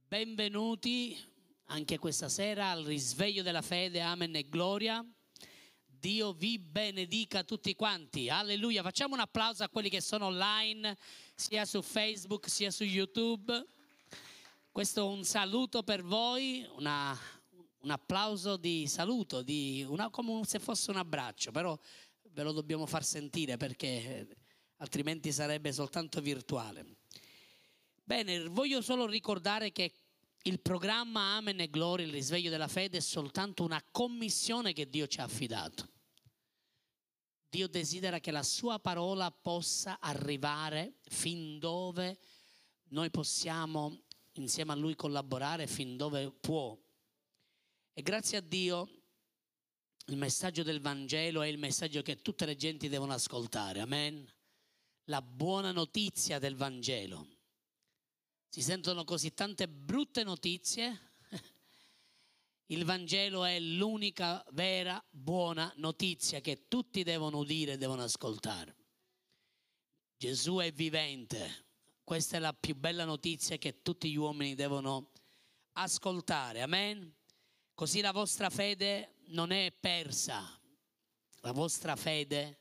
Benvenuti anche questa sera al risveglio della fede, amen e gloria. Dio vi benedica tutti quanti, alleluia. Facciamo un applauso a quelli che sono online, sia su Facebook sia su YouTube. Questo è un saluto per voi, un applauso di saluto, come se fosse un abbraccio, però ve lo dobbiamo far sentire perché altrimenti sarebbe soltanto virtuale. Bene, voglio solo ricordare che il programma Amen e Gloria, il risveglio della fede, è soltanto una commissione che Dio ci ha affidato. Dio desidera che la sua parola possa arrivare fin dove noi possiamo insieme a Lui collaborare, fin dove può. E grazie a Dio il messaggio del Vangelo è il messaggio che tutte le genti devono ascoltare. Amen. La buona notizia del Vangelo. Si sentono così tante brutte notizie. Il Vangelo è l'unica vera buona notizia che tutti devono udire e devono ascoltare. Gesù è vivente. Questa è la più bella notizia che tutti gli uomini devono ascoltare. Amen. Così la vostra fede non è persa. La vostra fede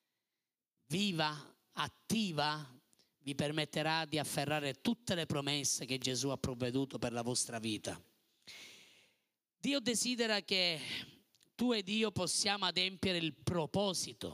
viva, attiva, vi permetterà di afferrare tutte le promesse che Gesù ha provveduto per la vostra vita. Dio desidera che tu ed io possiamo adempiere il proposito.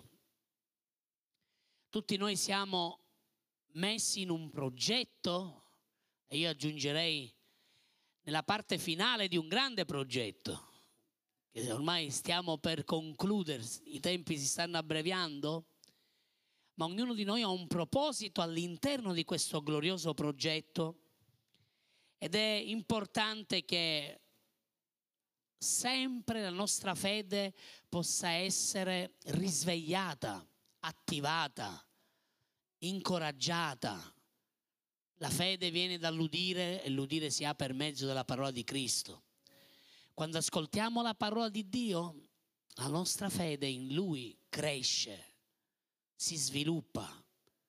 Tutti noi siamo messi in un progetto, e io aggiungerei nella parte finale di un grande progetto, che ormai stiamo per concludere, i tempi si stanno abbreviando. Ma ognuno di noi ha un proposito all'interno di questo glorioso progetto ed è importante che sempre la nostra fede possa essere risvegliata, attivata, incoraggiata. La fede viene dall'udire e l'udire si ha per mezzo della parola di Cristo. Quando ascoltiamo la parola di Dio, la nostra fede in Lui cresce. Si sviluppa,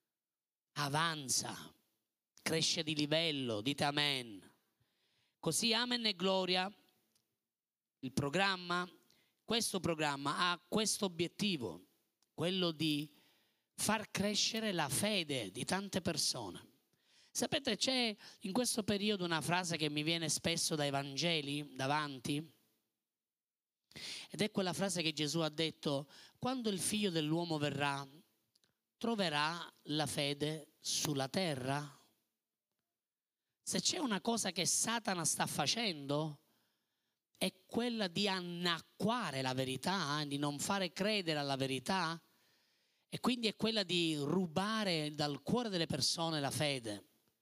avanza, cresce di livello, dite amen. Così amen e gloria, questo programma ha questo obiettivo, quello di far crescere la fede di tante persone. Sapete, c'è in questo periodo una frase che mi viene spesso dai Vangeli davanti, ed è quella frase che Gesù ha detto: quando il Figlio dell'uomo verrà, troverà la fede sulla terra? Se c'è una cosa che Satana sta facendo è quella di annacquare la verità, di non fare credere alla verità, e quindi è quella di rubare dal cuore delle persone la fede.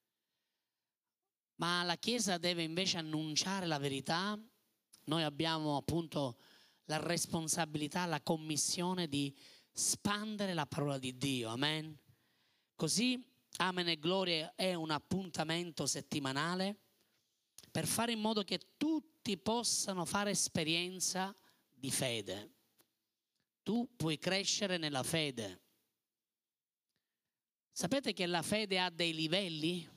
Ma la Chiesa deve invece annunciare la verità. Noi abbiamo appunto la responsabilità, la commissione di spandere la parola di Dio, amen. Così amen e gloria è un appuntamento settimanale per fare in modo che tutti possano fare esperienza di fede. Tu puoi crescere nella fede. Sapete che la fede ha dei livelli?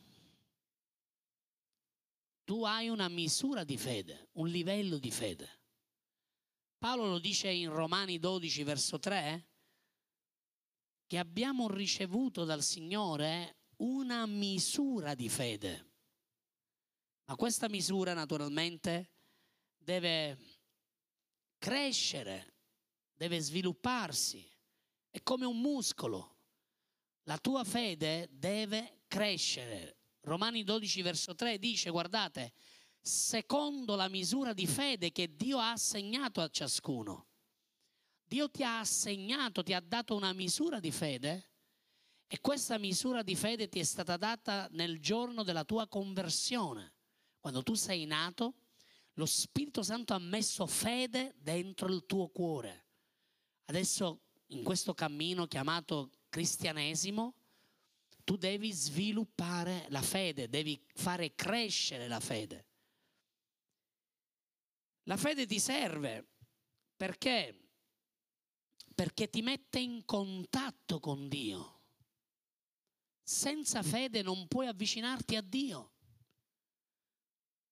Tu hai una misura di fede, un livello di fede. Paolo lo dice in Romani 12 verso 3, che abbiamo ricevuto dal Signore una misura di fede. Ma questa misura naturalmente deve crescere, deve svilupparsi. È come un muscolo. La tua fede deve crescere. Romani 12 verso 3 dice, guardate, secondo la misura di fede che Dio ha assegnato a ciascuno. Dio ti ha assegnato, ti ha dato una misura di fede, e questa misura di fede ti è stata data nel giorno della tua conversione. Quando tu sei nato, lo Spirito Santo ha messo fede dentro il tuo cuore. Adesso in questo cammino chiamato cristianesimo, tu devi sviluppare la fede, devi fare crescere la fede. La fede ti serve perché? Perché ti mette in contatto con Dio. Senza fede non puoi avvicinarti a Dio.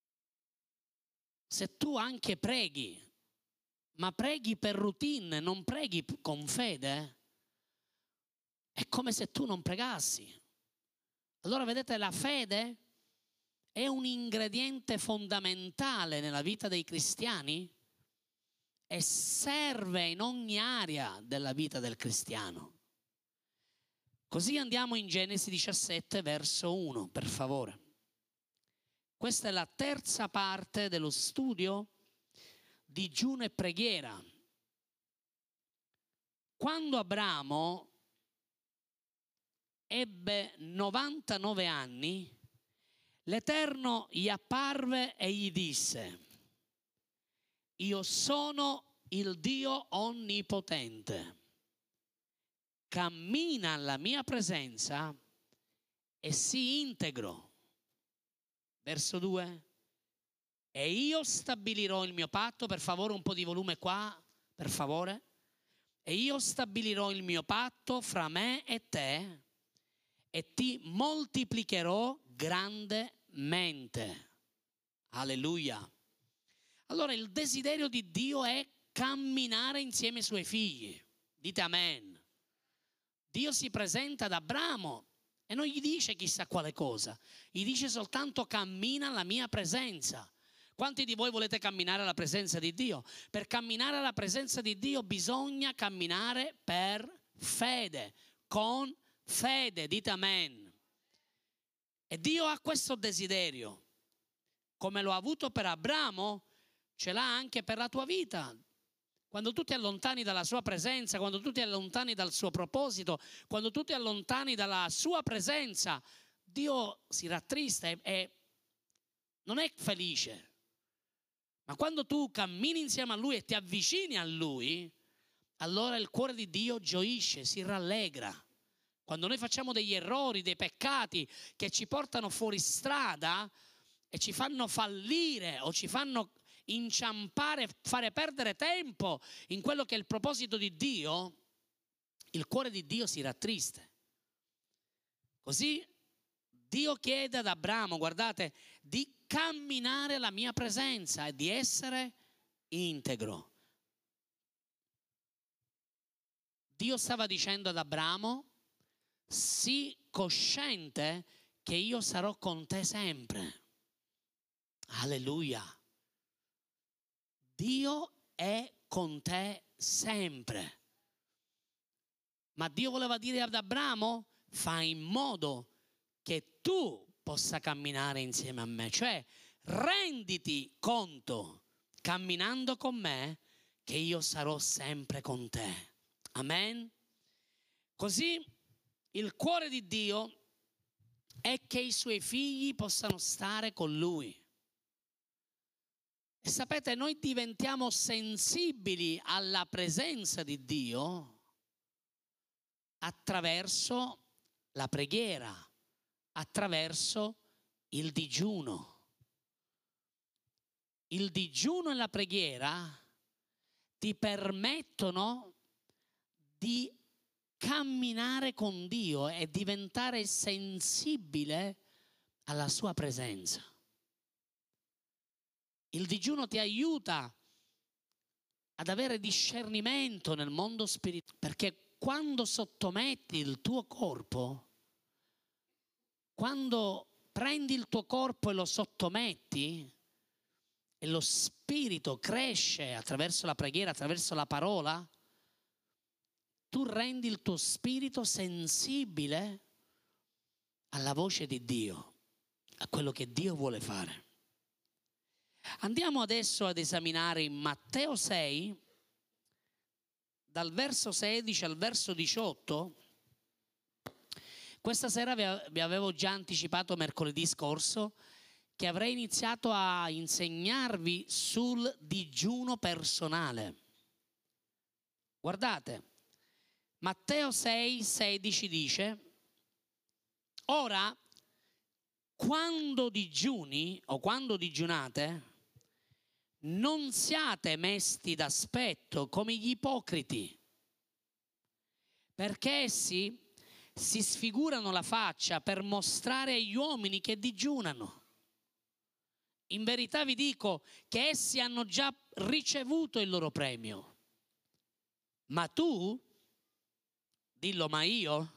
se tu anche preghi, ma preghi per routine, non preghi con fede, è come se tu non pregassi. Allora vedete, la fede è un ingrediente fondamentale nella vita dei cristiani e serve in ogni area della vita del cristiano. Così andiamo in Genesi 17, verso 1, per favore. Questa è la terza parte dello studio digiuno e preghiera. Quando Abramo ebbe 99 anni, l'Eterno gli apparve e gli disse: io sono il Dio onnipotente, cammina alla mia presenza e sii integro. Verso 2. E io stabilirò il mio patto, per favore un po' di volume qua, per favore. E io stabilirò il mio patto fra me e te e ti moltiplicherò grandemente. Alleluia. Allora il desiderio di Dio è camminare insieme ai suoi figli. Dite amen. Dio si presenta ad Abramo e non gli dice chissà quale cosa, gli dice soltanto cammina alla mia presenza. Quanti di voi volete camminare alla presenza di Dio? Per camminare alla presenza di Dio bisogna camminare per fede, con fede, dite amen. E Dio ha questo desiderio, come lo ha avuto per Abramo, ce l'ha anche per la tua vita. Quando tu ti allontani dalla sua presenza, quando tu ti allontani dal suo proposito, quando tu ti allontani dalla sua presenza, Dio si rattrista e non è felice. Ma quando tu cammini insieme a Lui e ti avvicini a Lui, allora il cuore di Dio gioisce, si rallegra. Quando noi facciamo degli errori, dei peccati che ci portano fuori strada e ci fanno fallire o ci fanno inciampare, fare perdere tempo in quello che è il proposito di Dio, il cuore di Dio si rattrista. Così Dio chiede ad Abramo, guardate, di camminare alla mia presenza e di essere integro. Dio stava dicendo ad Abramo: sii cosciente che io sarò con te sempre. Alleluia. Dio è con te sempre. Ma Dio voleva dire ad Abramo: fai in modo che tu possa camminare insieme a me. Cioè, renditi conto, camminando con me, che io sarò sempre con te. Amen? Così il cuore di Dio è che i suoi figli possano stare con Lui. E sapete, noi diventiamo sensibili alla presenza di Dio attraverso la preghiera, attraverso il digiuno. Il digiuno e la preghiera ti permettono di camminare con Dio e diventare sensibile alla sua presenza. Il digiuno ti aiuta ad avere discernimento nel mondo spirituale, perché quando sottometti il tuo corpo, quando prendi il tuo corpo e lo sottometti e lo spirito cresce attraverso la preghiera, attraverso la parola, tu rendi il tuo spirito sensibile alla voce di Dio, a quello che Dio vuole fare. Andiamo adesso ad esaminare in Matteo 6, dal verso 16 al verso 18. Questa sera vi avevo già anticipato mercoledì scorso che avrei iniziato a insegnarvi sul digiuno personale. Guardate, Matteo 6, 16 dice: ora, quando digiuni o quando digiunate, non siate mesti d'aspetto come gli ipocriti, perché essi si sfigurano la faccia per mostrare agli uomini che digiunano. in verità vi dico che essi hanno già ricevuto il loro premio. Ma tu, dillo ma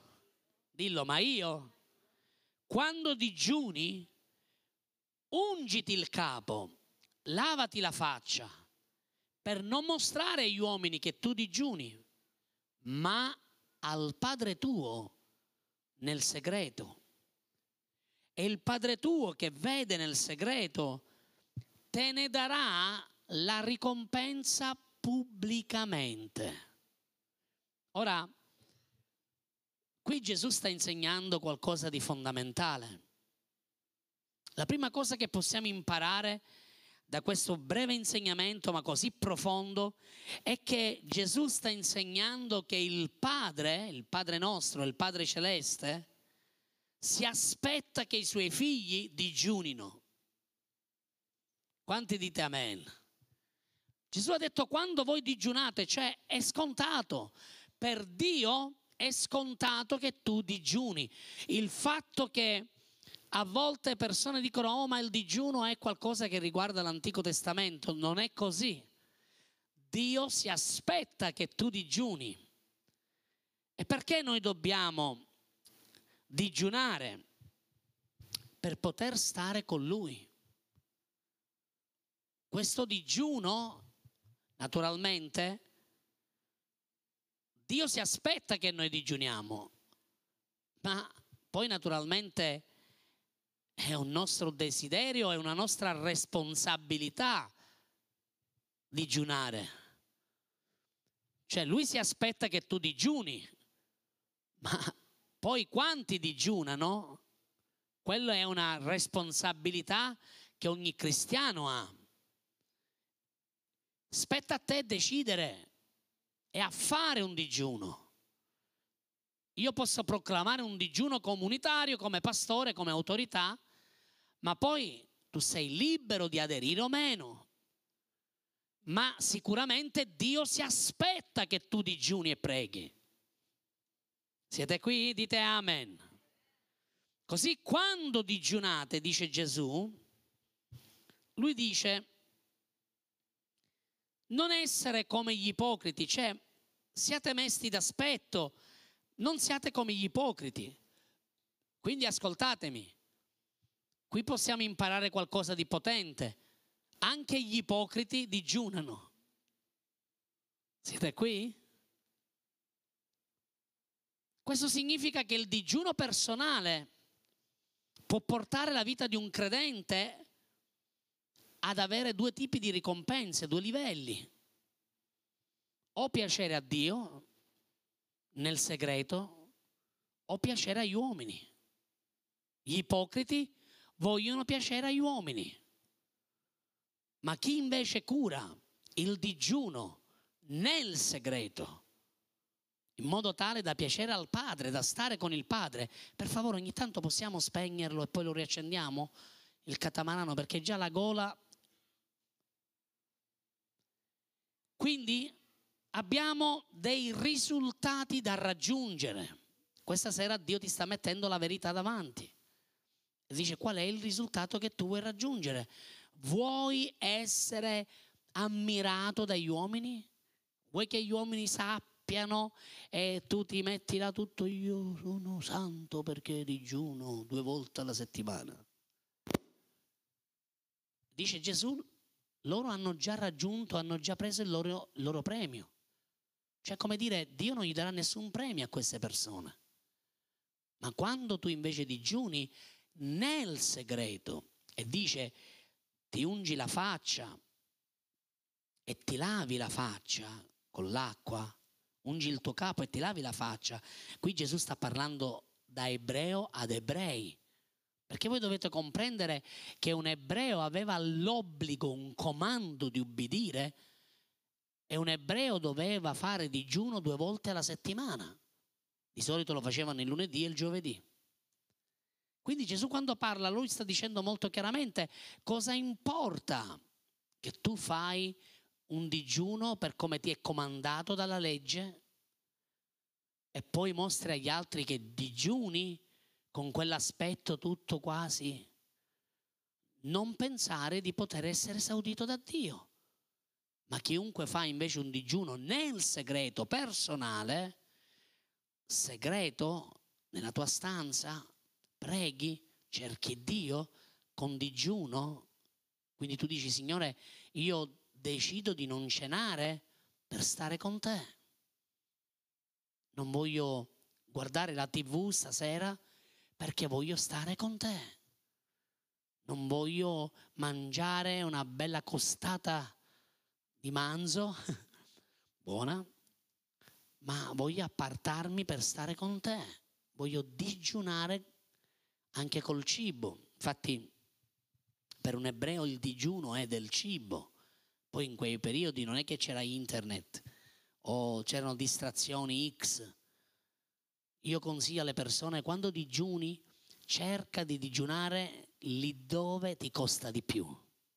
io, quando digiuni, ungiti il capo, lavati la faccia, per non mostrare agli uomini che tu digiuni, ma al Padre tuo nel segreto. E il Padre tuo che vede nel segreto te ne darà la ricompensa pubblicamente. Ora, qui Gesù sta insegnando qualcosa di fondamentale. La prima cosa che possiamo imparare da questo breve insegnamento, ma così profondo, è che Gesù sta insegnando che il Padre nostro, il Padre Celeste, si aspetta che i suoi figli digiunino. Quanti dite amen? Gesù ha detto: quando voi digiunate, cioè è scontato, per Dio è scontato che tu digiuni. Il fatto che a volte persone dicono: oh, ma il digiuno è qualcosa che riguarda l'Antico Testamento, non è così. Dio si aspetta che tu digiuni. E perché noi dobbiamo digiunare? Per poter stare con Lui. Questo digiuno, naturalmente, Dio si aspetta che noi digiuniamo, ma poi naturalmente è un nostro desiderio, è una nostra responsabilità digiunare. Cioè Lui si aspetta che tu digiuni, ma poi quanti digiunano? Quello è una responsabilità che ogni cristiano ha. Spetta a te decidere e a fare un digiuno. Io posso proclamare un digiuno comunitario come pastore, come autorità, ma poi tu sei libero di aderire o meno. Ma sicuramente Dio si aspetta che tu digiuni e preghi. Siete qui? Dite amen. Così quando digiunate, dice Gesù, Lui dice: non essere come gli ipocriti, cioè siate mesti d'aspetto, non siate come gli ipocriti. Quindi ascoltatemi, qui possiamo imparare qualcosa di potente. Anche gli ipocriti digiunano. Siete qui? Questo significa che il digiuno personale può portare la vita di un credente ad avere due tipi di ricompense, due livelli. O piacere a Dio nel segreto, o piacere agli uomini. Gli ipocriti vogliono piacere agli uomini. Ma chi invece cura il digiuno nel segreto, in modo tale da piacere al Padre, da stare con il Padre, per favore ogni tanto possiamo spegnerlo e poi lo riaccendiamo, il catamarano, perché già la gola. Quindi abbiamo dei risultati da raggiungere. Questa sera Dio ti sta mettendo la verità davanti e dice: qual è il risultato che tu vuoi raggiungere? Vuoi essere ammirato dagli uomini? Vuoi che gli uomini sappiano e tu ti metti là tutto: io sono santo perché digiuno 2 volte alla settimana? Dice Gesù: loro hanno già raggiunto, hanno già preso il loro premio. Cioè, come dire, Dio non gli darà nessun premio a queste persone. Ma quando tu invece digiuni nel segreto e dice: ti ungi la faccia e ti lavi la faccia con l'acqua, ungi il tuo capo e ti lavi la faccia. Qui Gesù sta parlando da ebreo ad ebrei, perché voi dovete comprendere che un ebreo aveva l'obbligo, un comando di ubbidire, e un ebreo doveva fare digiuno 2 volte alla settimana. Di solito lo facevano il lunedì e il giovedì. Quindi Gesù, quando parla, lui sta dicendo molto chiaramente: cosa importa che tu fai un digiuno per come ti è comandato dalla legge e poi mostri agli altri che digiuni con quell'aspetto tutto quasi non pensare di poter essere esaudito da Dio. Ma chiunque fa invece un digiuno nel segreto personale, segreto, nella tua stanza, preghi, cerchi Dio con digiuno. Quindi tu dici: Signore, io decido di non cenare per stare con te. Non voglio guardare la TV stasera perché voglio stare con te. Non voglio mangiare una bella costata di manzo, buona, ma voglio appartarmi per stare con te. Voglio digiunare anche col cibo. Infatti, per un ebreo il digiuno è del cibo. Poi in quei periodi non è che c'era internet o c'erano distrazioni X. Io consiglio alle persone, quando digiuni, cerca di digiunare lì dove ti costa di più.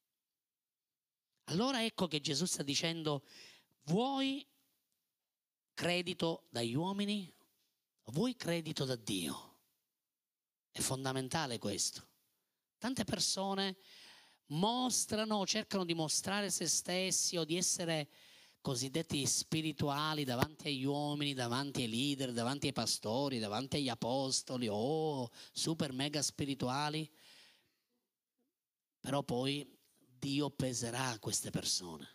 Allora ecco che Gesù sta dicendo: vuoi credito dagli uomini o vuoi credito da Dio? È fondamentale questo. Tante persone mostrano, cercano di mostrare se stessi o di essere cosiddetti spirituali davanti agli uomini, davanti ai leader, davanti ai pastori, davanti agli apostoli, super mega spirituali, però poi Dio peserà queste persone.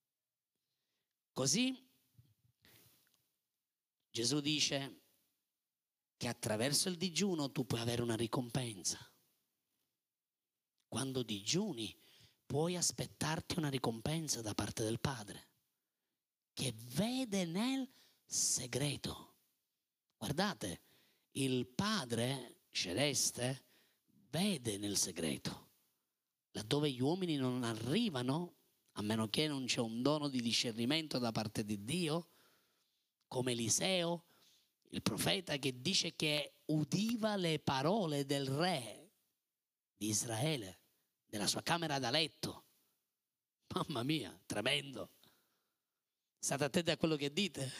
Così Gesù dice che attraverso il digiuno tu puoi avere una ricompensa. Quando digiuni puoi aspettarti una ricompensa da parte del Padre, che vede nel segreto. Guardate, il Padre celeste vede nel segreto. Laddove gli uomini non arrivano, a meno che non c'è un dono di discernimento da parte di Dio, come Eliseo, il profeta che dice che udiva le parole del re di Israele, della sua camera da letto. Mamma mia, tremendo. State attenti a quello che dite.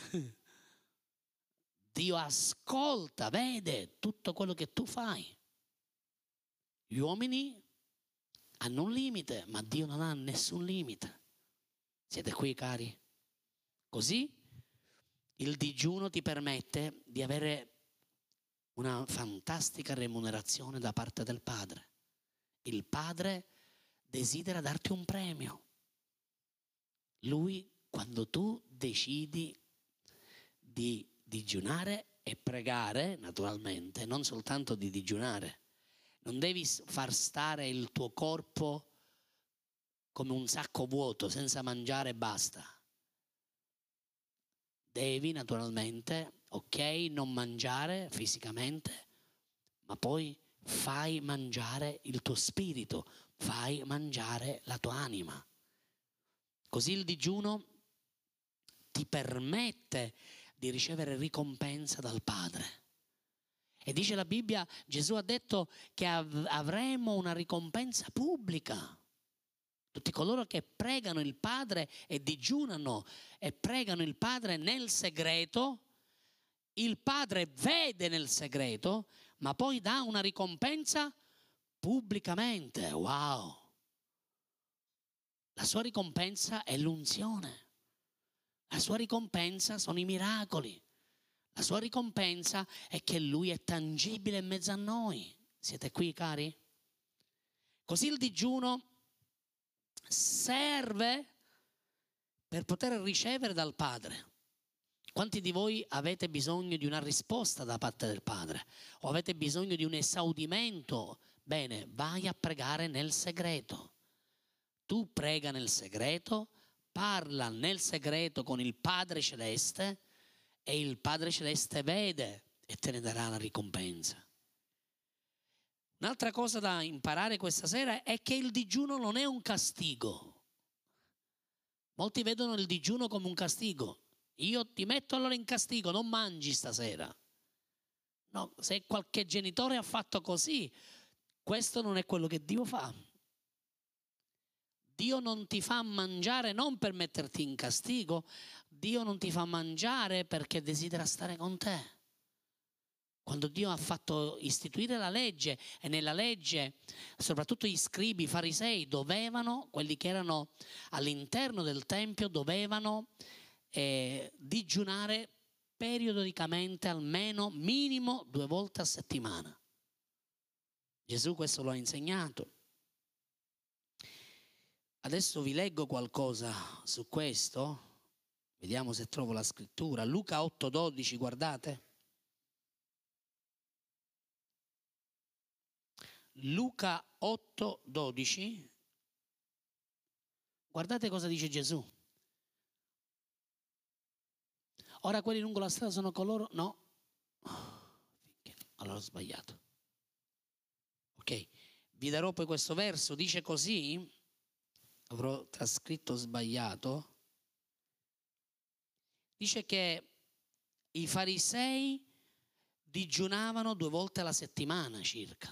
Dio ascolta, vede tutto quello che tu fai. Gli uomini hanno un limite, ma Dio non ha nessun limite. Siete qui, cari? Così il digiuno ti permette di avere una fantastica remunerazione da parte del Padre. Il Padre desidera darti un premio. Lui, quando tu decidi di digiunare e pregare, naturalmente, non soltanto di digiunare, non devi far stare il tuo corpo come un sacco vuoto, senza mangiare e basta. Devi naturalmente, non mangiare fisicamente, ma poi fai mangiare il tuo spirito, fai mangiare la tua anima. Così il digiuno ti permette di ricevere ricompensa dal Padre. E dice la Bibbia, Gesù ha detto che avremo una ricompensa pubblica. Tutti coloro che pregano il Padre e digiunano e pregano il Padre nel segreto, il Padre vede nel segreto, ma poi dà una ricompensa pubblicamente. Wow! La sua ricompensa è l'unzione. La sua ricompensa sono i miracoli. La sua ricompensa è che Lui è tangibile in mezzo a noi. Siete qui, cari? Così il digiuno serve per poter ricevere dal Padre. Quanti di voi avete bisogno di una risposta da parte del Padre? O avete bisogno di un esaudimento? Bene, vai a pregare nel segreto. Tu prega nel segreto, parla nel segreto con il Padre Celeste e il Padre Celeste vede e te ne darà la ricompensa. Un'altra cosa da imparare questa sera è che il digiuno non è un castigo. Molti vedono il digiuno come un castigo. Io ti metto allora in castigo, non mangi stasera. No, se qualche genitore ha fatto così, questo non è quello che Dio fa. Dio non ti fa mangiare non per metterti in castigo, Dio non ti fa mangiare perché desidera stare con te. Quando Dio ha fatto istituire la legge, e nella legge soprattutto gli scribi, i farisei dovevano, quelli che erano all'interno del Tempio, dovevano digiunare periodicamente, almeno minimo 2 volte a settimana. Gesù questo lo ha insegnato. Adesso vi leggo qualcosa su questo, vediamo se trovo la scrittura. Luca 8,12, guardate. Luca 8,12, guardate cosa dice Gesù. Ora quelli lungo la strada sono coloro, no, allora ho sbagliato. Ok, vi darò poi questo verso, dice così, avrò trascritto sbagliato, dice che i farisei digiunavano 2 volte alla settimana circa.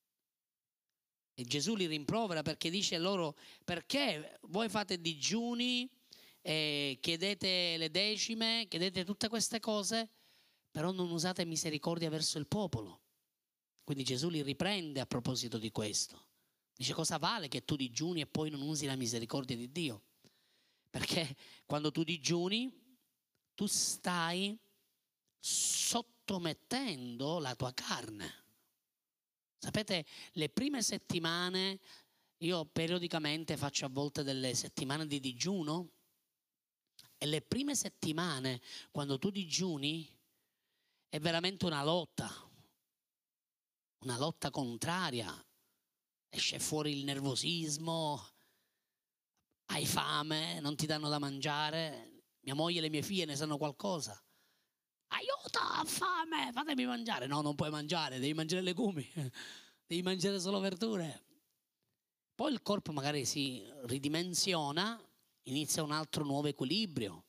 E Gesù li rimprovera perché dice loro: perché voi fate digiuni, chiedete le decime, chiedete tutte queste cose, però non usate misericordia verso il popolo. Quindi Gesù li riprende a proposito di questo. Dice: cosa vale che tu digiuni e poi non usi la misericordia di Dio? Perché quando tu digiuni, tu stai sottomettendo la tua carne. Sapete, le prime settimane, io periodicamente faccio a volte delle settimane di digiuno, e le prime settimane, quando tu digiuni, è veramente una lotta contraria. Esce fuori il nervosismo, hai fame, non ti danno da mangiare. Mia moglie e le mie figlie ne sanno qualcosa. Aiuto, ho fame, fatemi mangiare. No, non puoi mangiare, devi mangiare legumi, devi mangiare solo verdure. Poi il corpo magari si ridimensiona, inizia un altro nuovo equilibrio.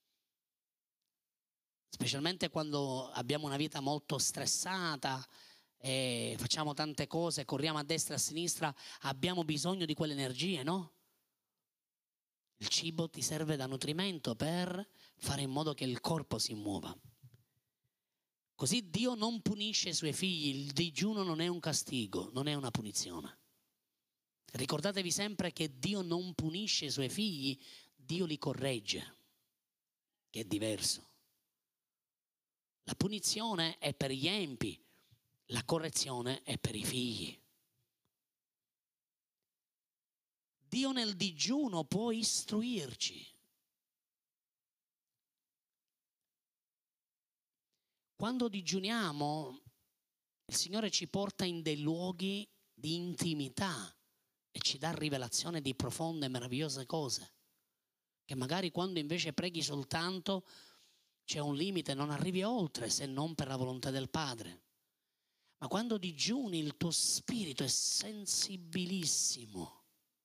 Specialmente quando abbiamo una vita molto stressata, facciamo tante cose, corriamo a destra e a sinistra, abbiamo bisogno di quelle energie, no? Il cibo ti serve da nutrimento per fare in modo che il corpo si muova. Così Dio non punisce i suoi figli, il digiuno non è un castigo, non è una punizione. Ricordatevi sempre che Dio non punisce i suoi figli, Dio li corregge, che è diverso. La punizione è per gli empi, la correzione è per i figli. Dio nel digiuno può istruirci. Quando digiuniamo, il Signore ci porta in dei luoghi di intimità e ci dà rivelazione di profonde e meravigliose cose, che magari quando invece preghi soltanto c'è un limite, non arrivi oltre se non per la volontà del Padre. Ma quando digiuni il tuo spirito è sensibilissimo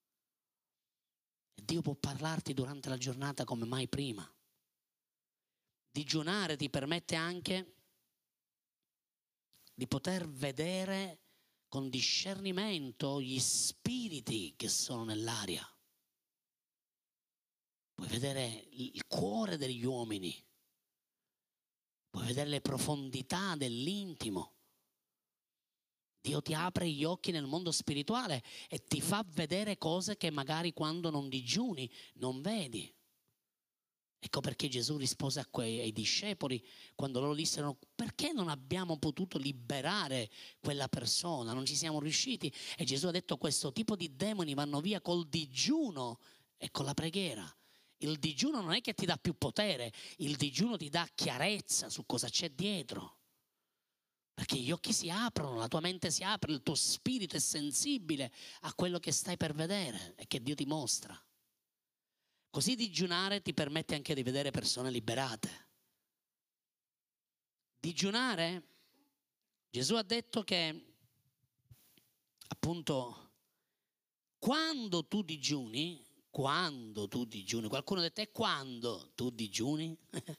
e Dio può parlarti durante la giornata come mai prima. Digiunare ti permette anche di poter vedere con discernimento gli spiriti che sono nell'aria. Puoi vedere il cuore degli uomini, puoi vedere le profondità dell'intimo. Dio ti apre gli occhi nel mondo spirituale e ti fa vedere cose che magari quando non digiuni non vedi. Ecco perché Gesù rispose ai discepoli quando loro dissero: perché non abbiamo potuto liberare quella persona, non ci siamo riusciti? E Gesù ha detto: questo tipo di demoni vanno via col digiuno e con la preghiera. Il digiuno non è che ti dà più potere, il digiuno ti dà chiarezza su cosa c'è dietro. Perché gli occhi si aprono, la tua mente si apre, il tuo spirito è sensibile a quello che stai per vedere e che Dio ti mostra. Così digiunare ti permette anche di vedere persone liberate. Digiunare, Gesù ha detto che appunto quando tu digiuni, qualcuno ha detto: e quando tu digiuni?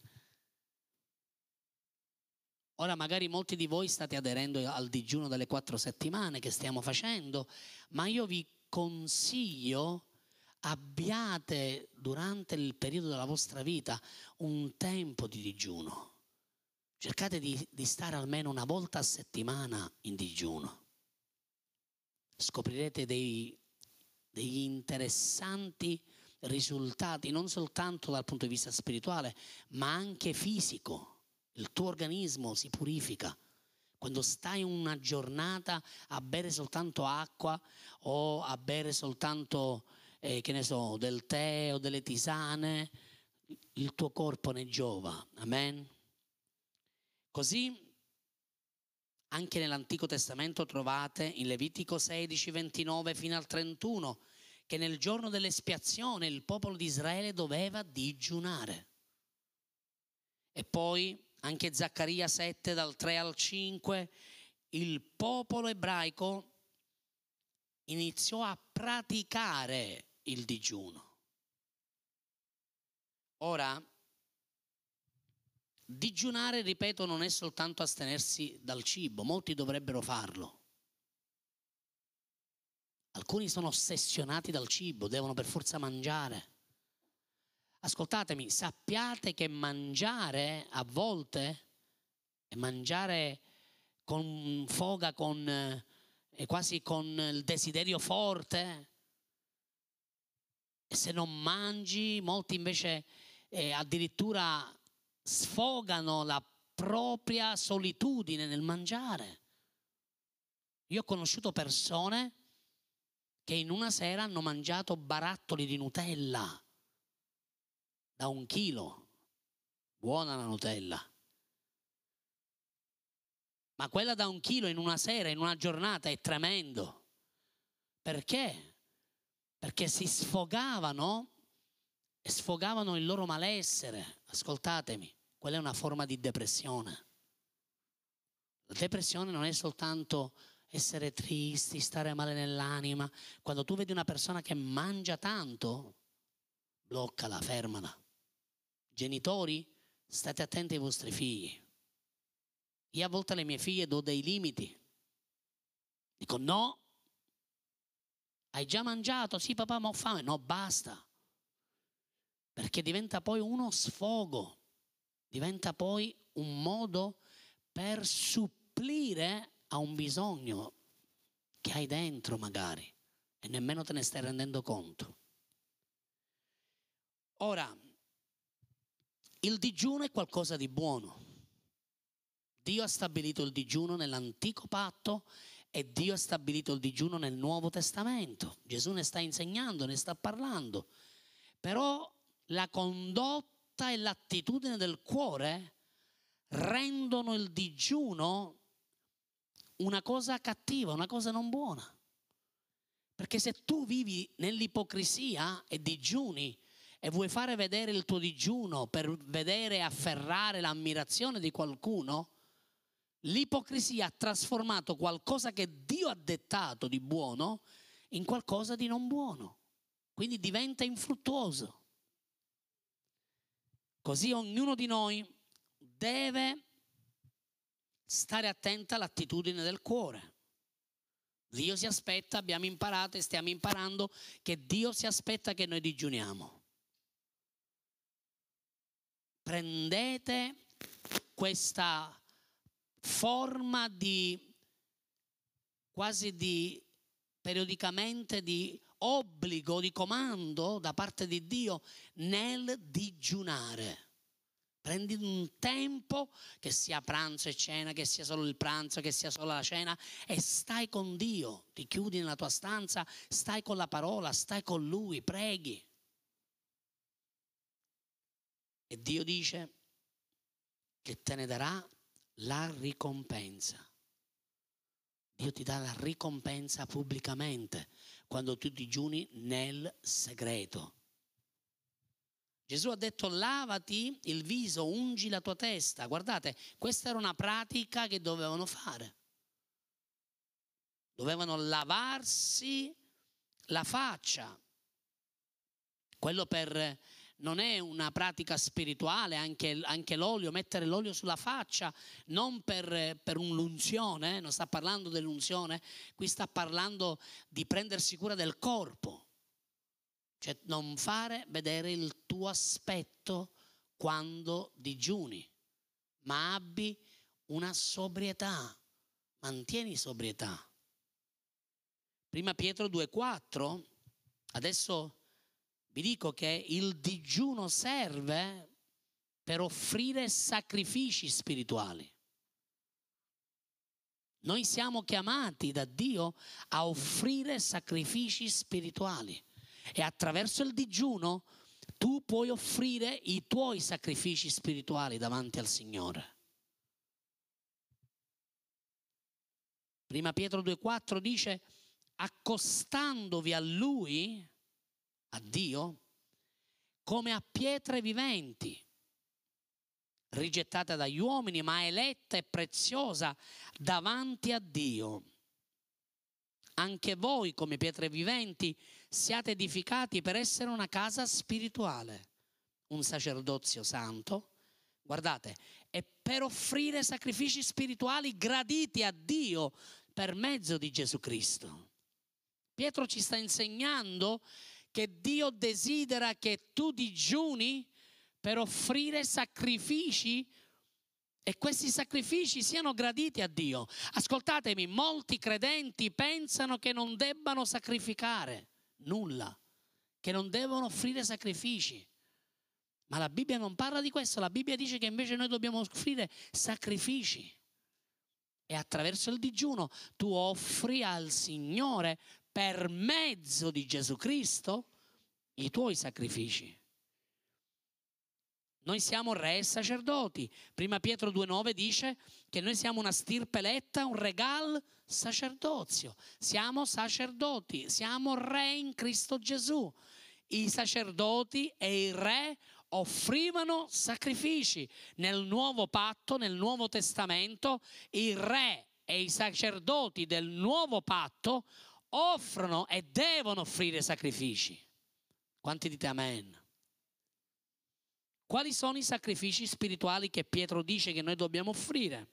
Ora magari molti di voi state aderendo al digiuno delle 4 settimane che stiamo facendo, ma io vi consiglio: abbiate durante il periodo della vostra vita un tempo di digiuno, cercate di stare almeno una volta a settimana in digiuno. Scoprirete degli interessanti risultati, non soltanto dal punto di vista spirituale, ma anche fisico. Il tuo organismo si purifica. Quando stai una giornata a bere soltanto acqua o a bere soltanto, che ne so, del tè o delle tisane, il tuo corpo ne giova. Amen? Così anche nell'Antico Testamento trovate in Levitico 16, 29 fino al 31 che nel giorno dell'espiazione il popolo di Israele doveva digiunare. E poi anche Zaccaria 7 dal 3 al 5, il popolo ebraico iniziò a praticare il digiuno. Ora, digiunare, ripeto, non è soltanto astenersi dal cibo, molti dovrebbero farlo. Alcuni sono ossessionati dal cibo, devono per forza mangiare. Ascoltatemi, sappiate che mangiare a volte, e mangiare con foga, quasi con il desiderio forte, e se non mangi, molti invece addirittura sfogano la propria solitudine nel mangiare. Io ho conosciuto persone che in una sera hanno mangiato barattoli di Nutella da 1 chilo. Buona la Nutella. Ma quella da 1 chilo in una sera, in una giornata, è tremendo. Perché? Perché si sfogavano e sfogavano il loro malessere. Ascoltatemi, quella è una forma di depressione. La depressione non è soltanto essere tristi, stare male nell'anima. Quando tu vedi una persona che mangia tanto, bloccala, fermala. Genitori, state attenti ai vostri figli. Io a volte alle mie figlie do dei limiti. Dico no, hai già mangiato? Sì papà, ma ho fame. No, basta. Perché diventa poi uno sfogo, diventa poi un modo per supplire a un bisogno che hai dentro magari e nemmeno te ne stai rendendo conto. Ora, il digiuno è qualcosa di buono. Dio ha stabilito il digiuno nell'antico patto e Dio ha stabilito il digiuno nel Nuovo Testamento. Gesù ne sta insegnando, ne sta parlando. Però la condotta e l'attitudine del cuore rendono il digiuno una cosa cattiva, una cosa non buona. Perché se tu vivi nell'ipocrisia e digiuni e vuoi fare vedere il tuo digiuno per vedere e afferrare l'ammirazione di qualcuno, l'ipocrisia ha trasformato qualcosa che Dio ha dettato di buono in qualcosa di non buono. Quindi diventa infruttuoso. Così ognuno di noi deve stare attento all'attitudine del cuore. Dio si aspetta, abbiamo imparato e stiamo imparando che Dio si aspetta che noi digiuniamo. Prendete questa forma di quasi di periodicamente di obbligo, di comando da parte di Dio nel digiunare. Prendi un tempo, che sia pranzo e cena, che sia solo il pranzo, che sia solo la cena, e stai con Dio, ti chiudi nella tua stanza, stai con la parola, stai con Lui, preghi. E Dio dice che te ne darà la ricompensa. Dio ti dà la ricompensa pubblicamente quando tu digiuni nel segreto. Gesù ha detto lavati il viso, ungi la tua testa. Guardate, questa era una pratica che dovevano fare. Dovevano lavarsi la faccia. Quello non è una pratica spirituale, anche l'olio, mettere l'olio sulla faccia, non per un'unzione, non sta parlando dell'unzione, qui sta parlando di prendersi cura del corpo. Cioè non fare vedere il tuo aspetto quando digiuni. ma abbi una sobrietà. Mantieni sobrietà. Prima Pietro 2,4, adesso vi dico che il digiuno serve per offrire sacrifici spirituali. Noi siamo chiamati da Dio a offrire sacrifici spirituali e attraverso il digiuno tu puoi offrire i tuoi sacrifici spirituali davanti al Signore. Prima Pietro 2,4 dice: accostandovi a Lui, a Dio, come a pietre viventi, rigettata dagli uomini, ma eletta e preziosa davanti a Dio. Anche voi, come pietre viventi, siate edificati per essere una casa spirituale, un sacerdozio santo. Guardate, è per offrire sacrifici spirituali graditi a Dio per mezzo di Gesù Cristo. Pietro ci sta insegnando che Dio desidera che tu digiuni per offrire sacrifici e questi sacrifici siano graditi a Dio. Ascoltatemi, molti credenti pensano che non debbano sacrificare nulla, che non devono offrire sacrifici. Ma la Bibbia non parla di questo, la Bibbia dice che invece noi dobbiamo offrire sacrifici. E attraverso il digiuno tu offri al Signore, per mezzo di Gesù Cristo, i tuoi sacrifici. Noi siamo re e sacerdoti. Prima Pietro 2,9 dice che noi siamo una stirpe eletta, un regal sacerdozio. Siamo sacerdoti, siamo re in Cristo Gesù. I sacerdoti e i re offrivano sacrifici. Nel nuovo patto, nel Nuovo Testamento, i re e i sacerdoti del nuovo patto offrono e devono offrire sacrifici. Quanti dite amen? Quali sono i sacrifici spirituali che Pietro dice che noi dobbiamo offrire?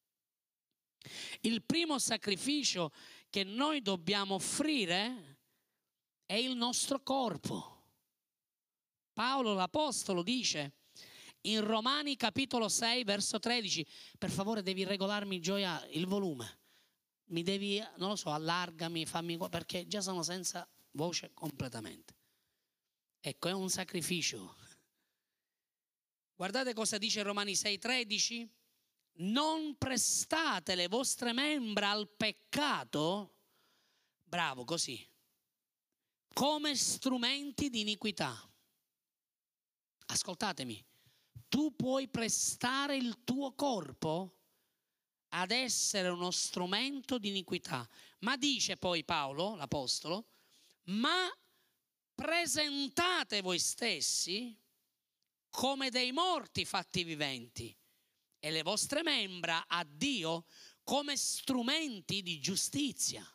Il primo sacrificio che noi dobbiamo offrire è il nostro corpo. Paolo l'Apostolo dice in Romani capitolo 6 verso 13, per favore devi regolarmi, Gioia, il volume, mi devi, non lo so, allargami, fammi, perché già sono senza voce completamente. Ecco, è un sacrificio. Guardate cosa dice Romani 6,13: non prestate le vostre membra al peccato, bravo così, come strumenti di iniquità. Ascoltatemi, tu puoi prestare il tuo corpo ad essere uno strumento di iniquità, ma dice poi Paolo, l'Apostolo, ma presentate voi stessi come dei morti fatti viventi e le vostre membra a Dio come strumenti di giustizia.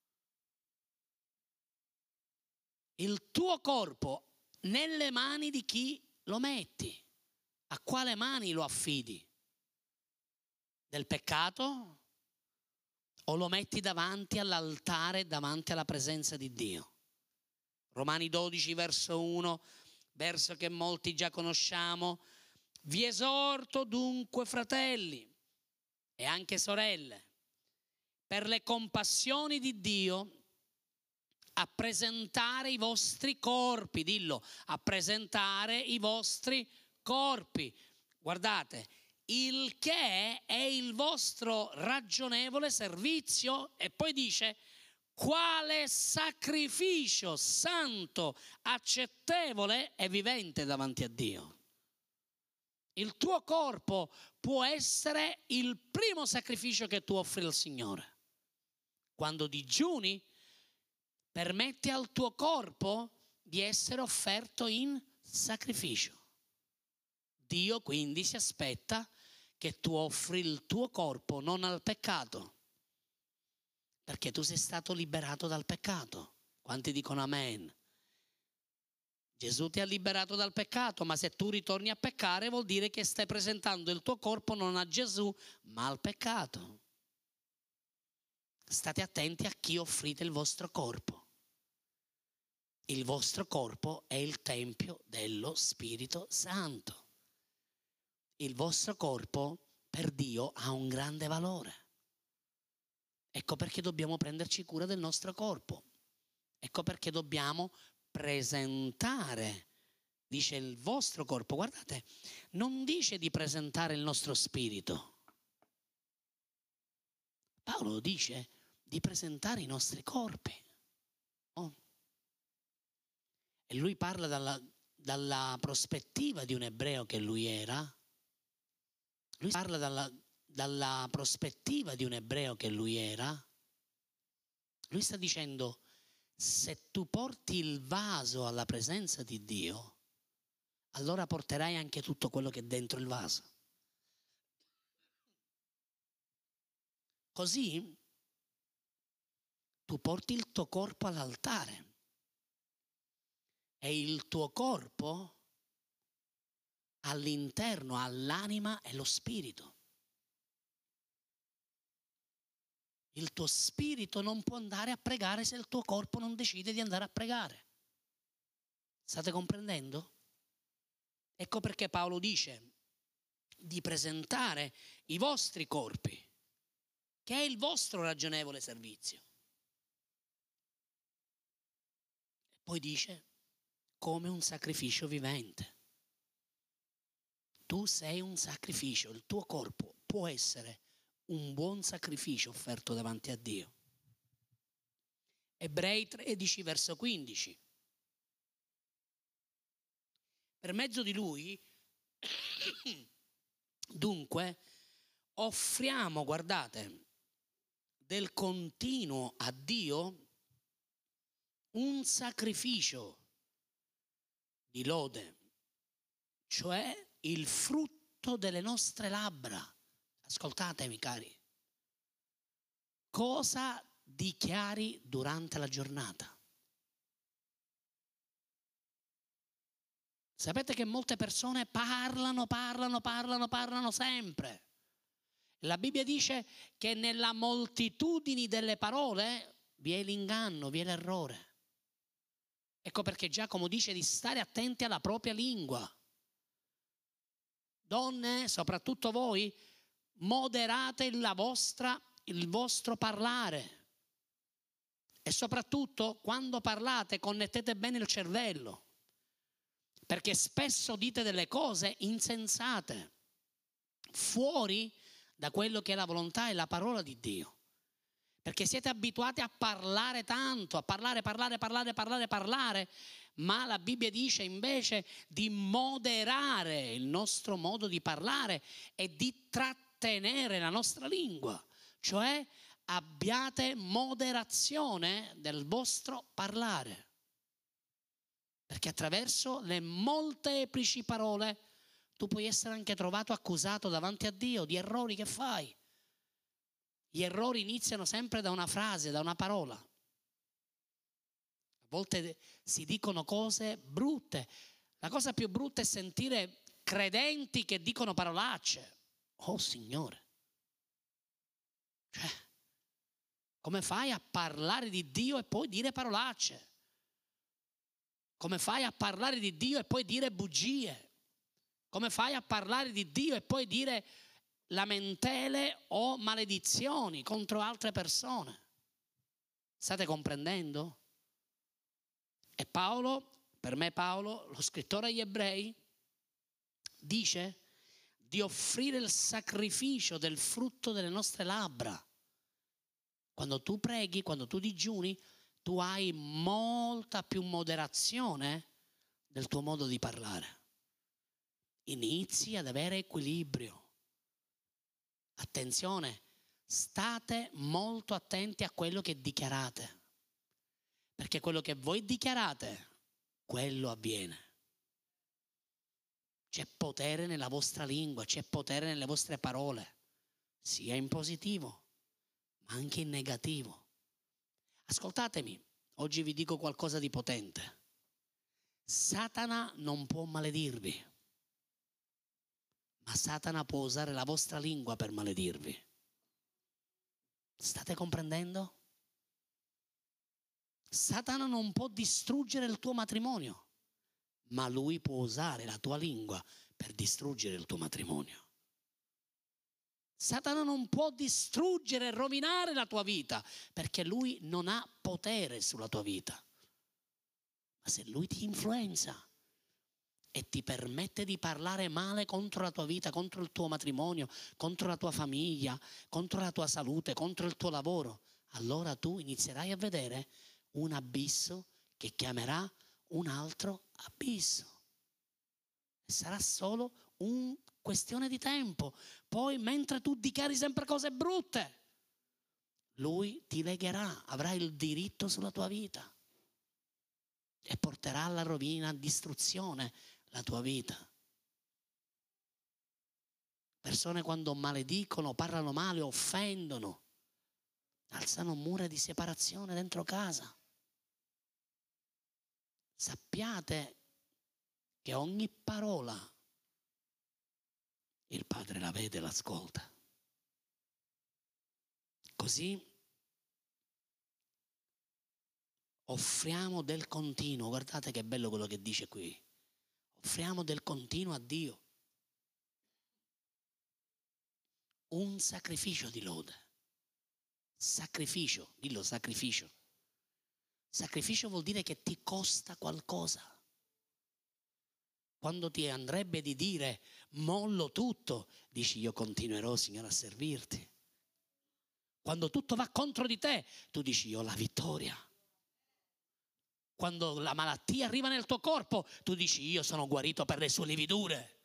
Il tuo corpo nelle mani di chi lo metti? A quale mani lo affidi? Del peccato? O lo metti davanti all'altare, davanti alla presenza di Dio? Romani 12 verso 1, verso che molti già conosciamo: vi esorto dunque, fratelli e anche sorelle, per le compassioni di Dio, a presentare i vostri corpi, dillo, a presentare i vostri corpi. Guardate, il che è il vostro ragionevole servizio, e poi dice quale sacrificio santo, accettevole e vivente davanti a Dio. Il tuo corpo può essere il primo sacrificio che tu offri al Signore. Quando digiuni, permetti al tuo corpo di essere offerto in sacrificio. Dio quindi si aspetta che tu offri il tuo corpo non al peccato, perché tu sei stato liberato dal peccato. Quanti dicono amen? Gesù ti ha liberato dal peccato, ma se tu ritorni a peccare vuol dire che stai presentando il tuo corpo non a Gesù, ma al peccato. State attenti a chi offrite il vostro corpo. Il vostro corpo è il tempio dello Spirito Santo. Il vostro corpo per Dio ha un grande valore. Ecco perché dobbiamo prenderci cura del nostro corpo. Ecco perché dobbiamo presentare, dice il vostro corpo. Guardate, non dice di presentare il nostro spirito. Paolo dice di presentare i nostri corpi. No? E lui parla dalla prospettiva di un ebreo che lui era. Lui parla dalla prospettiva di un ebreo che lui era. Lui sta dicendo: se tu porti il vaso alla presenza di Dio, allora porterai anche tutto quello che è dentro il vaso. Così tu porti il tuo corpo all'altare e il tuo corpo all'interno ha l'anima e lo spirito. Il tuo spirito non può andare a pregare se il tuo corpo non decide di andare a pregare. State comprendendo? Ecco perché Paolo dice di presentare i vostri corpi, che è il vostro ragionevole servizio. E poi dice come un sacrificio vivente. Tu sei un sacrificio, il tuo corpo può essere un buon sacrificio offerto davanti a Dio. Ebrei 13 verso 15. Per mezzo di lui, dunque, offriamo, guardate, del continuo a Dio un sacrificio di lode, cioè il frutto delle nostre labbra. Ascoltatemi, cari. Cosa dichiari durante la giornata? Sapete che molte persone parlano sempre. La Bibbia dice che nella moltitudine delle parole vi è l'inganno, vi è l'errore. Ecco perché Giacomo dice di stare attenti alla propria lingua. Donne, soprattutto voi, moderate il vostro parlare. E soprattutto quando parlate connettete bene il cervello, perché spesso dite delle cose insensate, fuori da quello che è la volontà e la parola di Dio. Perché siete abituati a parlare tanto, a parlare, ma la Bibbia dice invece di moderare il nostro modo di parlare e di trattenere la nostra lingua. Cioè abbiate moderazione del vostro parlare. Perché attraverso le molteplici parole tu puoi essere anche trovato accusato davanti a Dio di errori che fai. Gli errori iniziano sempre da una frase, da una parola. A volte si dicono cose brutte. La cosa più brutta è sentire credenti che dicono parolacce. Oh Signore! Cioè, come fai a parlare di Dio e poi dire parolacce? Come fai a parlare di Dio e poi dire bugie? Come fai a parlare di Dio e poi dire lamentele o maledizioni contro altre persone? State comprendendo? E Paolo, per me Paolo, lo scrittore agli Ebrei, dice di offrire il sacrificio del frutto delle nostre labbra. Quando tu preghi, quando tu digiuni, tu hai molta più moderazione del tuo modo di parlare. Inizi ad avere equilibrio. Attenzione, state molto attenti a quello che dichiarate, perché quello che voi dichiarate, quello avviene. C'è potere nella vostra lingua, c'è potere nelle vostre parole, sia in positivo, ma anche in negativo. Ascoltatemi, oggi vi dico qualcosa di potente. Satana non può maledirvi, ma Satana può usare la vostra lingua per maledirvi. State comprendendo? Satana non può distruggere il tuo matrimonio, ma lui può usare la tua lingua per distruggere il tuo matrimonio. Satana non può distruggere e rovinare la tua vita, perché lui non ha potere sulla tua vita. Ma se lui ti influenza e ti permette di parlare male contro la tua vita, contro il tuo matrimonio, contro la tua famiglia, contro la tua salute, contro il tuo lavoro, allora tu inizierai a vedere un abisso che chiamerà un altro abisso. E sarà solo una questione di tempo. Poi, mentre tu dichiari sempre cose brutte, lui ti legherà, avrà il diritto sulla tua vita e porterà alla rovina, a distruzione la tua vita. Persone quando maledicono, parlano male, offendono, alzano mura di separazione dentro casa. Sappiate che ogni parola il Padre la vede e l'ascolta. Così offriamo del continuo. Guardate che bello quello che dice qui. Offriamo del continuo a Dio un sacrificio di lode. Sacrificio, dillo sacrificio. Sacrificio vuol dire che ti costa qualcosa. Quando ti andrebbe di dire mollo tutto, dici io continuerò, Signore, a servirti. Quando tutto va contro di te, tu dici io ho la vittoria. Quando la malattia arriva nel tuo corpo, tu dici io sono guarito per le sue lividure.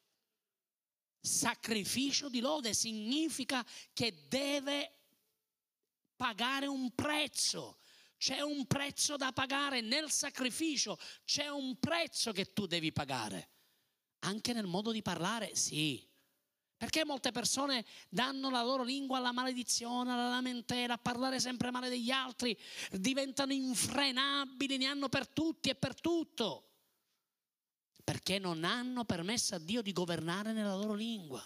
Sacrificio di lode significa che deve pagare un prezzo. C'è un prezzo da pagare nel sacrificio, c'è un prezzo che tu devi pagare. Anche nel modo di parlare, sì. Perché molte persone danno la loro lingua alla maledizione, alla lamentela, a parlare sempre male degli altri, diventano infrenabili, ne hanno per tutti e per tutto. Perché non hanno permesso a Dio di governare nella loro lingua.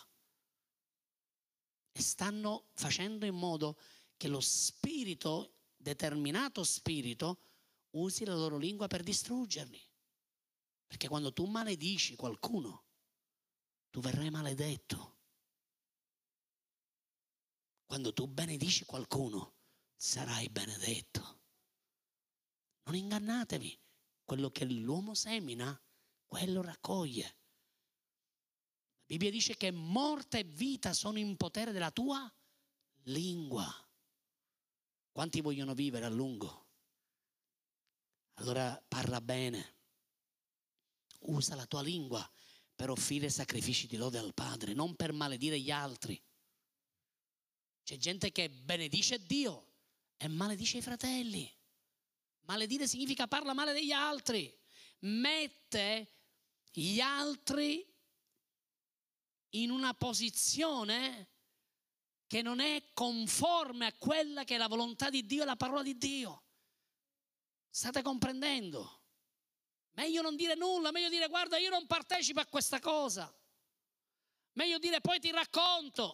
E stanno facendo in modo che lo spirito, determinato spirito, usi la loro lingua per distruggerli. Perché quando tu maledici qualcuno, tu verrai maledetto. Quando tu benedici qualcuno, sarai benedetto. Non ingannatevi, quello che l'uomo semina, quello raccoglie. La Bibbia dice che morte e vita sono in potere della tua lingua. Quanti vogliono vivere a lungo? Allora parla bene. Usa la tua lingua per offrire sacrifici di lode al Padre, non per maledire gli altri. C'è gente che benedice Dio e maledice i fratelli. Maledire significa parla male degli altri, mette gli altri in una posizione che non è conforme a quella che è la volontà di Dio e la parola di Dio. State comprendendo? Meglio non dire nulla, meglio dire guarda io non partecipo a questa cosa. Meglio dire poi ti racconto.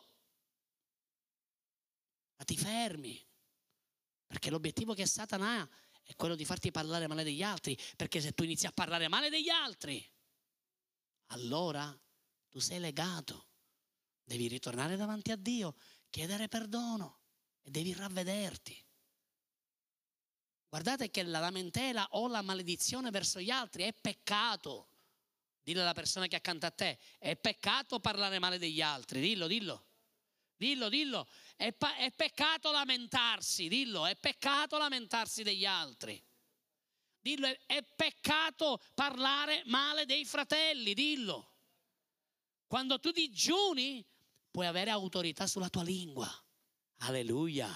Ma ti fermi, perché l'obiettivo che Satana ha è quello di farti parlare male degli altri, perché se tu inizi a parlare male degli altri, allora tu sei legato, devi ritornare davanti a Dio, chiedere perdono e devi ravvederti. Guardate che la lamentela o la maledizione verso gli altri è peccato. Dillo alla persona che è accanto a te, è peccato parlare male degli altri, dillo. Dillo, è peccato lamentarsi, dillo, è peccato lamentarsi degli altri. Dillo, è peccato parlare male dei fratelli, dillo. Quando tu digiuni, puoi avere autorità sulla tua lingua. Alleluia.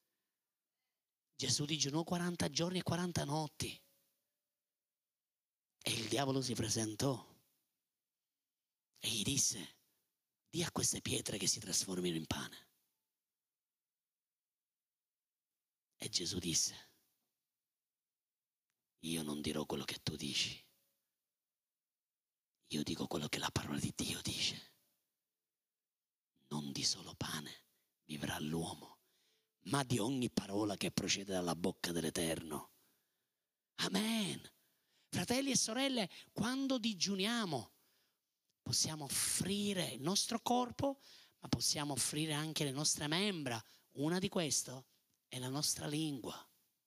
Gesù digiunò 40 giorni e 40 notti. E il diavolo si presentò e gli disse: di a queste pietre che si trasformino in pane. E Gesù disse: io non dirò quello che tu dici, io dico quello che la parola di Dio dice. Non di solo pane vivrà l'uomo, ma di ogni parola che procede dalla bocca dell'Eterno. Amen. Fratelli e sorelle, quando digiuniamo possiamo offrire il nostro corpo, ma possiamo offrire anche le nostre membra. Una di queste è la nostra lingua.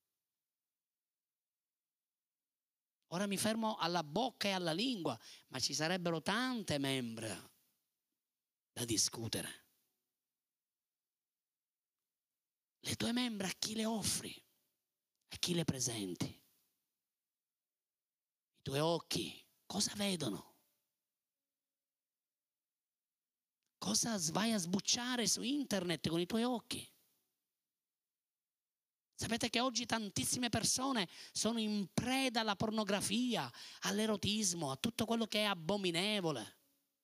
Ora mi fermo alla bocca e alla lingua, ma ci sarebbero tante membra da discutere. Le tue membra a chi le offri? A chi le presenti? I tuoi occhi cosa vedono? Cosa vai a sbucciare su internet con i tuoi occhi? Sapete che oggi tantissime persone sono in preda alla pornografia, all'erotismo, a tutto quello che è abominevole.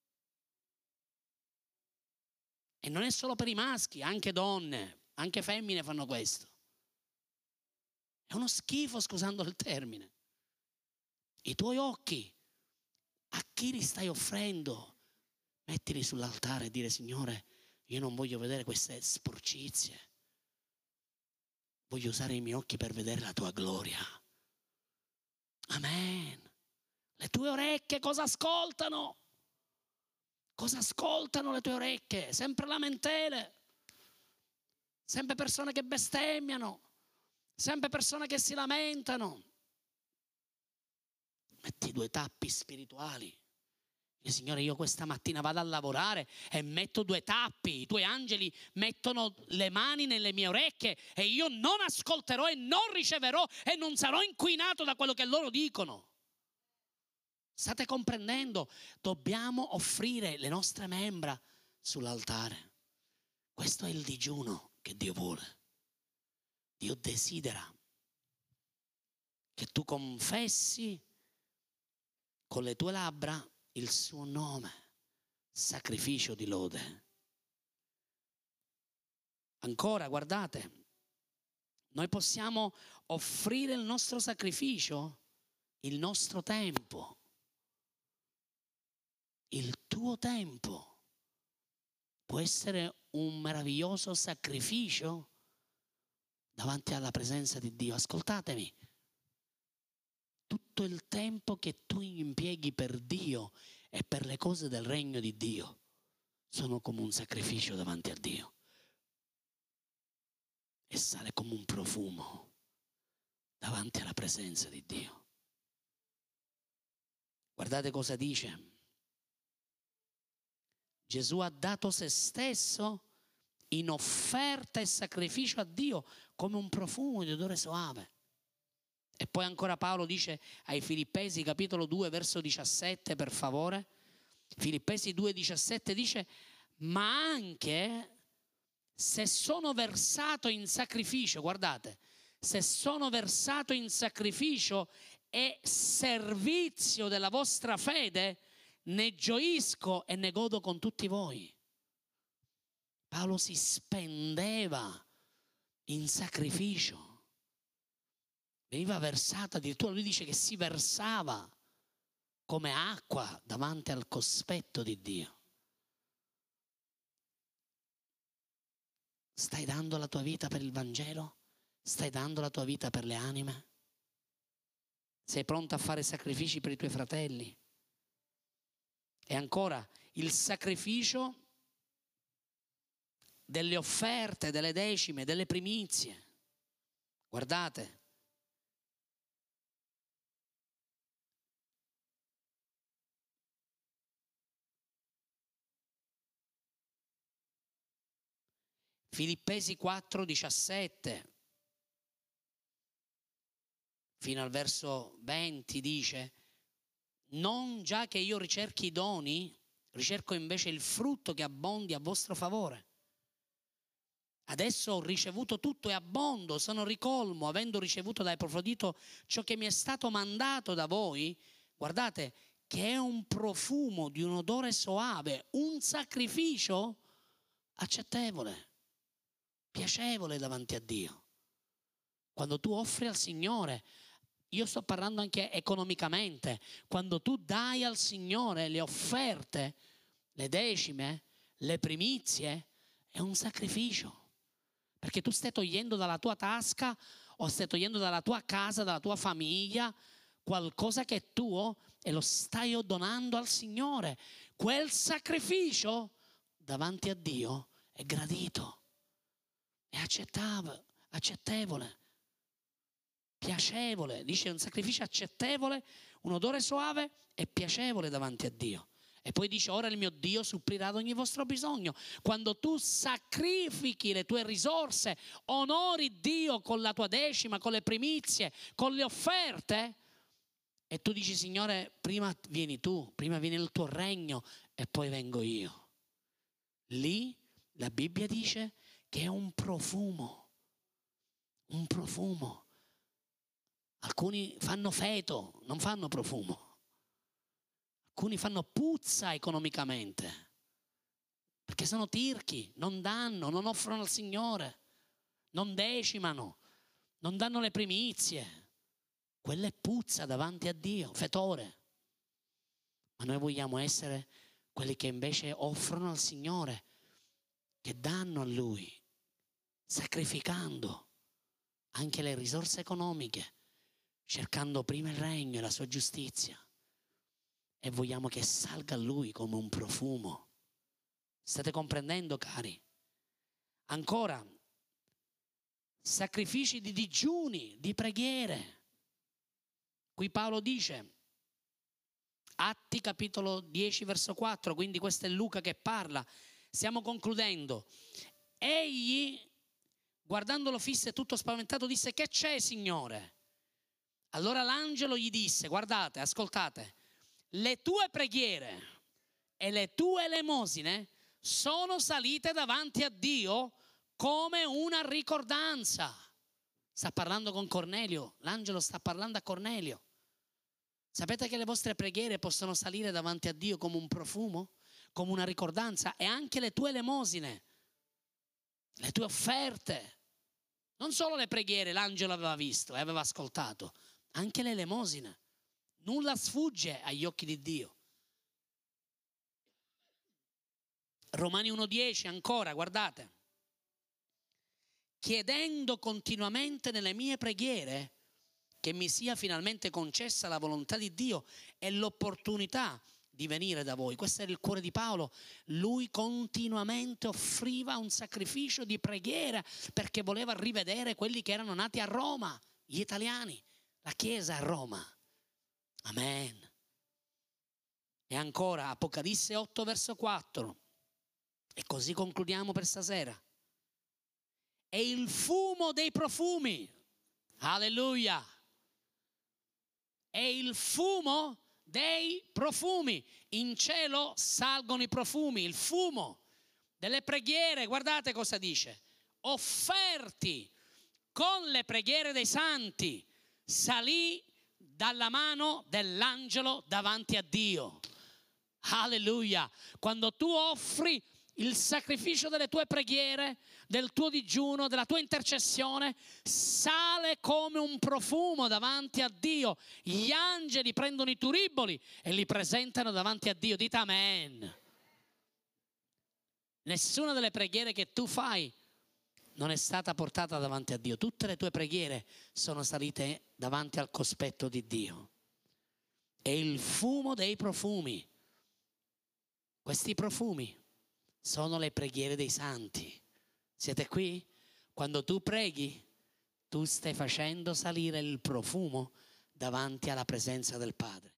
E non è solo per i maschi, anche donne, anche femmine fanno questo. È uno schifo, scusando il termine. I tuoi occhi, a chi li stai offrendo? Mettili sull'altare e dire: Signore, io non voglio vedere queste sporcizie. Voglio usare i miei occhi per vedere la tua gloria. Amen. Le tue orecchie cosa ascoltano? Cosa ascoltano le tue orecchie? Sempre lamentele, sempre persone che bestemmiano, sempre persone che si lamentano. Metti 2 tappi spirituali. E Signore, io questa mattina vado a lavorare e metto 2 tappi. I tuoi angeli mettono le mani nelle mie orecchie e io non ascolterò e non riceverò e non sarò inquinato da quello che loro dicono. State comprendendo? Dobbiamo offrire le nostre membra sull'altare. Questo è il digiuno che Dio vuole. Dio desidera che tu confessi con le tue labbra il suo nome, sacrificio di lode. Ancora, guardate, noi possiamo offrire il nostro sacrificio, il nostro tempo. Il tuo tempo può essere un meraviglioso sacrificio davanti alla presenza di Dio. Ascoltatemi, tutto il tempo che tu impieghi per Dio e per le cose del regno di Dio sono come un sacrificio davanti a Dio e sale come un profumo davanti alla presenza di Dio. Guardate cosa dice. Gesù ha dato se stesso in offerta e sacrificio a Dio come un profumo di odore soave. E poi ancora Paolo dice ai Filippesi, capitolo 2, verso 17, per favore. Filippesi 2, 17 dice: ma anche se sono versato in sacrificio, guardate, se sono versato in sacrificio e servizio della vostra fede, ne gioisco e ne godo con tutti voi. Paolo si spendeva in sacrificio, veniva versato, addirittura lui dice che si versava come acqua davanti al cospetto di Dio. Stai dando la tua vita per il Vangelo? Stai dando la tua vita per le anime? Sei pronto a fare sacrifici per i tuoi fratelli? E ancora, il sacrificio delle offerte, delle decime, delle primizie. Guardate. Filippesi 4, 17 fino al verso 20 dice: non già che io ricerchi i doni, ricerco invece il frutto che abbondi a vostro favore. Adesso ho ricevuto tutto e abbondo, sono ricolmo, avendo ricevuto da Epafrodito ciò che mi è stato mandato da voi. Guardate che è un profumo di un odore soave, un sacrificio accettevole, piacevole davanti a Dio. Quando tu offri al Signore, io sto parlando anche economicamente, quando tu dai al Signore le offerte, le decime, le primizie, è un sacrificio. Perché tu stai togliendo dalla tua tasca o stai togliendo dalla tua casa, dalla tua famiglia, qualcosa che è tuo e lo stai donando al Signore. Quel sacrificio davanti a Dio è gradito, è accettevole, piacevole. Dice un sacrificio accettevole, un odore soave e piacevole davanti a Dio. E poi dice: ora il mio Dio supplirà ad ogni vostro bisogno. Quando tu sacrifichi le tue risorse, onori Dio con la tua decima, con le primizie, con le offerte, e tu dici: Signore, prima vieni tu, prima viene il tuo regno e poi vengo io. Lì la Bibbia dice che è un profumo, un profumo. Alcuni fanno feto, non fanno profumo. Alcuni fanno puzza economicamente, perché sono tirchi, non danno, non offrono al Signore, non decimano, non danno le primizie. Quella è puzza davanti a Dio, fetore. Ma noi vogliamo essere quelli che invece offrono al Signore, che danno a Lui, sacrificando anche le risorse economiche, cercando prima il regno e la sua giustizia. E vogliamo che salga a Lui come un profumo. State comprendendo, cari? Ancora, sacrifici di digiuni, di preghiere. Qui Paolo dice, Atti capitolo 10 verso 4, quindi questo è Luca che parla, stiamo concludendo. Egli, guardandolo fisso e tutto spaventato, disse: che c'è, Signore? Allora l'angelo gli disse: guardate, ascoltate, le tue preghiere e le tue elemosine sono salite davanti a Dio come una ricordanza. Sta parlando con Cornelio, l'angelo sta parlando a Cornelio. Sapete che le vostre preghiere possono salire davanti a Dio come un profumo, come una ricordanza, e anche le tue elemosine, le tue offerte. Non solo le preghiere, l'angelo aveva visto e aveva ascoltato, anche le elemosine. Nulla sfugge agli occhi di Dio. Romani 1,10 ancora, guardate. Chiedendo continuamente nelle mie preghiere che mi sia finalmente concessa la volontà di Dio e l'opportunità di venire da voi. Questo era il cuore di Paolo. Lui continuamente offriva un sacrificio di preghiera perché voleva rivedere quelli che erano nati a Roma, gli italiani, la Chiesa a Roma. Amen. E ancora Apocalisse 8 verso 4. E così concludiamo per stasera. E il fumo dei profumi. Alleluia. E il fumo dei profumi. In cielo salgono i profumi, il fumo delle preghiere. Guardate cosa dice. Offerti con le preghiere dei santi, salì dalla mano dell'angelo davanti a Dio. Alleluia. Quando tu offri il sacrificio delle tue preghiere, del tuo digiuno, della tua intercessione, sale come un profumo davanti a Dio. Gli angeli prendono i turiboli e li presentano davanti a Dio. Dite amen. Nessuna delle preghiere che tu fai non è stata portata davanti a Dio. Tutte le tue preghiere sono salite davanti al cospetto di Dio. E il fumo dei profumi. Questi profumi sono le preghiere dei santi. Siete qui? Quando tu preghi, tu stai facendo salire il profumo davanti alla presenza del Padre.